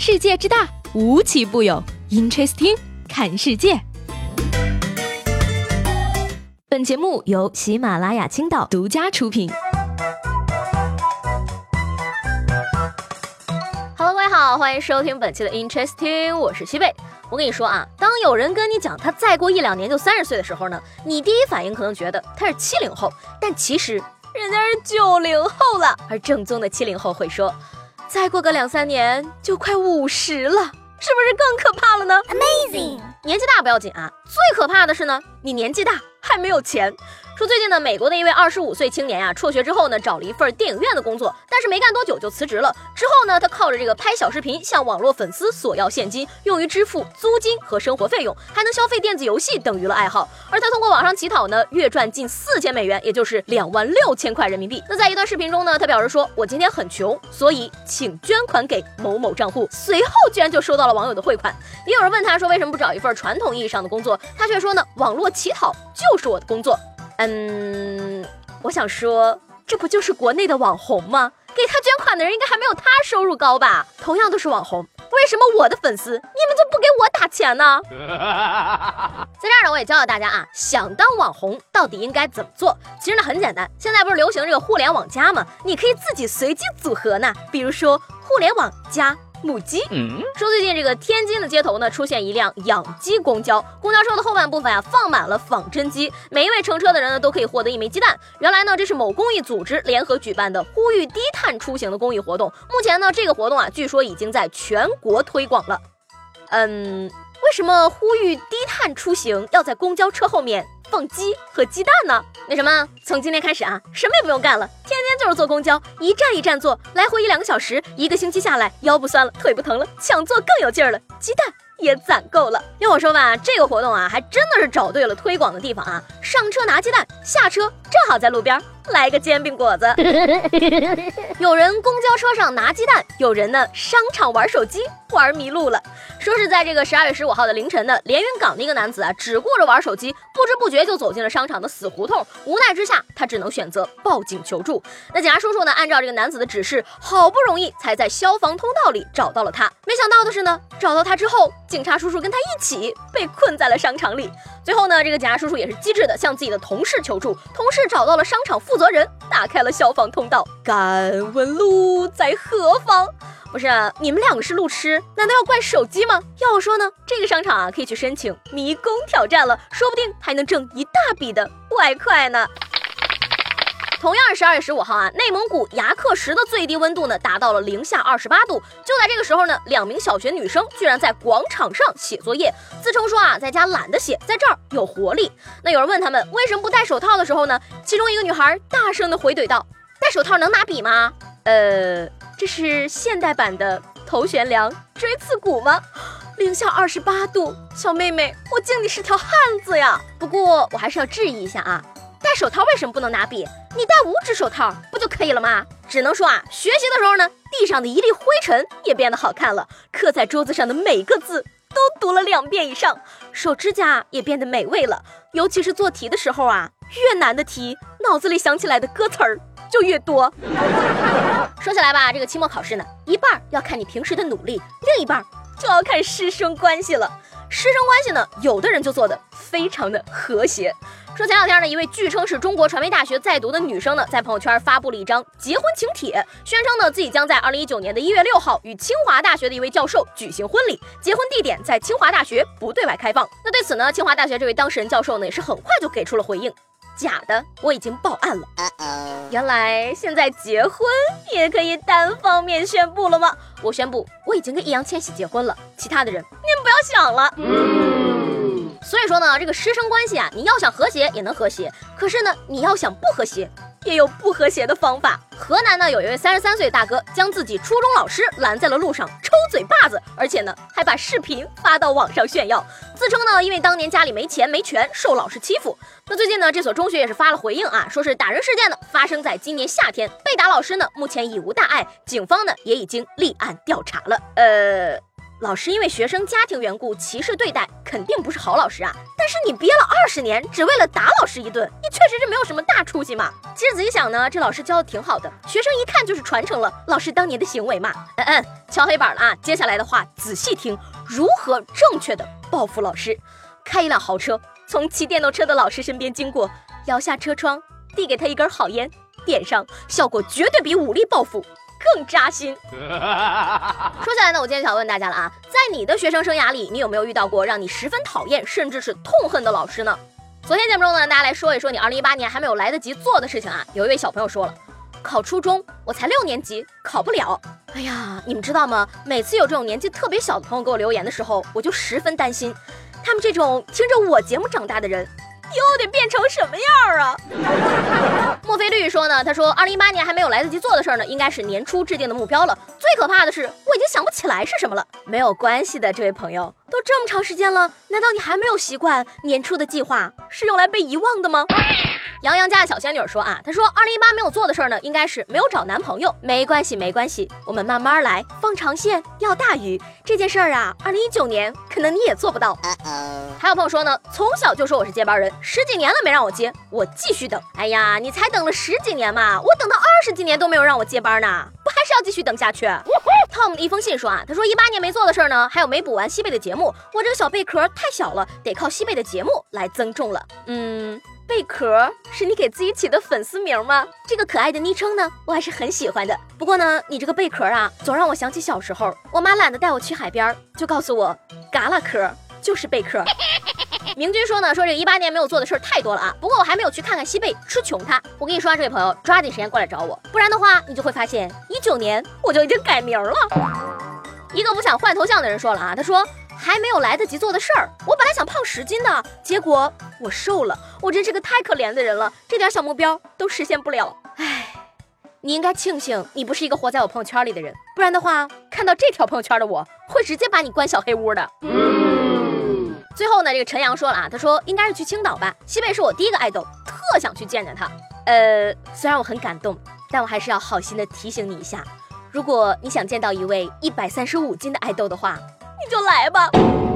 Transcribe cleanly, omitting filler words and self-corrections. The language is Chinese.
世界之大，无奇不有。Interesting， 看世界。本节目由喜马拉雅青岛独家出品。 Hello， 各位好，欢迎收听本期的 Interesting， 我是西贝。我跟你说啊，当有人跟你讲他再过1-2年就30岁的时候呢，你第一反应可能觉得他是70后，但其实人家是90后了。而正宗的70后会说，再过个2-3年就快50了，是不是更可怕了呢 ？Amazing！ 年纪大不要紧啊，最可怕的是呢，你年纪大还没有钱。说最近呢，美国的一位25岁青年啊，辍学之后呢，找了一份电影院的工作，但是没干多久就辞职了。之后呢，他靠着这个拍小视频向网络粉丝索要现金，用于支付租金和生活费用，还能消费电子游戏等娱乐爱好。而他通过网上乞讨呢，月赚近4000美元，也就是26000块人民币。那在一段视频中呢，他表示说：“我今天很穷，所以请捐款给某某账户。”随后居然就收到了网友的汇款。也有人问他说，为什么不找一份传统意义上的工作？他却说呢，网络乞讨就是我的工作。我想说，这不就是国内的网红吗？给他捐款的人应该还没有他收入高吧？同样都是网红，为什么我的粉丝你们就不给我打钱呢？在这儿呢，我也教教大家啊，想当网红到底应该怎么做？其实呢很简单，现在不是流行这个互联网加吗？你可以自己随机组合呢，比如说互联网加母鸡。说最近这个天津的街头呢，出现一辆养鸡公交，公交车的后半部分啊放满了仿真鸡，每一位乘车的人呢都可以获得1枚鸡蛋。原来呢这是某公益组织联合举办的呼吁低碳出行的公益活动，目前呢这个活动啊据说已经在全国推广了。为什么呼吁低碳出行要在公交车后面放鸡和鸡蛋呢？那什么，从今天开始啊，什么也不用干了，天天就是坐公交，一站一站坐，来回1-2个小时，1个星期下来，腰不酸了，腿不疼了，想坐更有劲儿了，鸡蛋也攒够了。要我说吧，这个活动啊，还真的是找对了推广的地方啊！上车拿鸡蛋，下车正好在路边来个煎饼果子。有人公交车上拿鸡蛋，有人呢商场玩手机，玩迷路了。说是在这个12月15号的凌晨呢，连云港的一个男子啊，只顾着玩手机，不知不觉就走进了商场的死胡同。无奈之下，他只能选择报警求助。那警察叔叔呢，按照这个男子的指示，好不容易才在消防通道里找到了他。没想到的是呢，找到他之后，警察叔叔跟他一起被困在了商场里。最后呢，这个警察叔叔也是机智的向自己的同事求助，同事找到了商场负责人，打开了消防通道。敢问路在何方？不是啊，你们2个是路痴，难道要怪手机吗？要我说呢，这个商场啊可以去申请迷宫挑战了，说不定还能挣一大笔的外快呢。同样是12月15号啊，内蒙古牙克什的最低温度呢达到了-28度。就在这个时候呢，2名小学女生居然在广场上写作业，自称说啊，在家懒得写，在这儿有活力。那有人问他们为什么不戴手套的时候呢，其中一个女孩大声的回怼道：“戴手套能拿笔吗？这是现代版的头悬梁锥刺股吗？-28度，小妹妹，我敬你是条汉子呀！不过我还是要质疑一下啊，戴手套为什么不能拿笔？你戴5指手套不就可以了吗？只能说啊，学习的时候呢，地上的一粒灰尘也变得好看了，刻在桌子上的每个字都读了2遍以上，手指甲也变得美味了。尤其是做题的时候啊，越难的题，脑子里想起来的歌词儿就越多。说起来吧，这个期末考试呢，一半要看你平时的努力，另一半就要看师生关系了。师生关系呢，有的人就做得非常的和谐。说前2天呢，一位据称是中国传媒大学在读的女生呢，在朋友圈发布了一张结婚请帖，宣称呢自己将在2019年的1月6号与清华大学的一位教授举行婚礼，结婚地点在清华大学，不对外开放。那对此呢，清华大学这位当事人教授呢，也是很快就给出了回应。假的，我已经报案了。原来现在结婚也可以单方面宣布了吗？我宣布，我已经跟易烊千玺结婚了，其他的人你们不要想了。所以说呢，这个师生关系啊，你要想和谐也能和谐，可是呢，你要想不和谐，也有不和谐的方法。河南呢，有一位33岁的大哥将自己初中老师拦在了路上抽嘴巴子，而且呢还把视频发到网上炫耀，自称呢因为当年家里没钱没权受老师欺负。那最近呢这所中学也是发了回应啊，说是打人事件呢发生在今年夏天，被打老师呢目前已无大碍，警方呢也已经立案调查了。 老师因为学生家庭缘故歧视对待，肯定不是好老师啊。但是你憋了20年，只为了打老师一顿，你确实是没有什么大出息嘛。其实仔细想呢，这老师教的挺好的，学生一看就是传承了老师当年的行为嘛。敲黑板了啊！接下来的话仔细听，如何正确的报复老师。开一辆豪车，从骑电动车的老师身边经过，摇下车窗，递给他一根好烟，点上，效果绝对比武力报复更扎心。说下来呢，我今天想问大家了啊，在你的学生生涯里，你有没有遇到过让你十分讨厌甚至是痛恨的老师呢？昨天节目中呢，大家来说一说你2018年还没有来得及做的事情啊。有一位小朋友说了，考初中我才6年级，考不了。哎呀，你们知道吗？每次有这种年纪特别小的朋友给我留言的时候，我就十分担心，他们这种听着我节目长大的人又得变成什么样啊？墨菲绿说呢，他说2018年还没有来得及做的事儿呢，应该是年初制定的目标了。最可怕的是，我已经想不起来是什么了。没有关系的，这位朋友，都这么长时间了，难道你还没有习惯年初的计划是用来被遗忘的吗？杨洋家的小仙女说啊，她说2018没有做的事儿呢，应该是没有找男朋友。没关系，没关系，我们慢慢来，放长线钓大鱼。这件事儿啊，2019年可能你也做不到。还有朋友说呢，从小就说我是接班人，10几年了没让我接，我继续等。哎呀，你才等了10几年嘛，我等到20几年都没有让我接班呢，不还是要继续等下去？Tom 的一封信说啊，他说18年没做的事儿呢，还有没补完西贝的节目，我这个小贝壳太小了，得靠西贝的节目来增重了。贝壳是你给自己起的粉丝名吗？这个可爱的昵称呢，我还是很喜欢的。不过呢，你这个贝壳啊，总让我想起小时候，我妈懒得带我去海边，就告诉我，嘎啦壳就是贝壳。明君说呢，说这18年没有做的事儿太多了啊，不过我还没有去看看西贝，吃穷它。我跟你说啊，这位朋友，抓紧时间过来找我，不然的话，你就会发现19年我就已经改名了。一个不想换头像的人说了啊，他说还没有来得及做的事儿，我本来想胖10斤的，结果我瘦了，我真是个太可怜的人了，这点小目标都实现不了。唉，你应该庆幸你不是一个活在我朋友圈里的人，不然的话，看到这条朋友圈的我会直接把你关小黑屋的。最后呢，这个陈阳说了啊，他说应该是去青岛吧，西贝是我第一个爱豆，特想去见见他。虽然我很感动，但我还是要好心的提醒你一下，如果你想见到一位135斤的爱豆的话，你就来吧。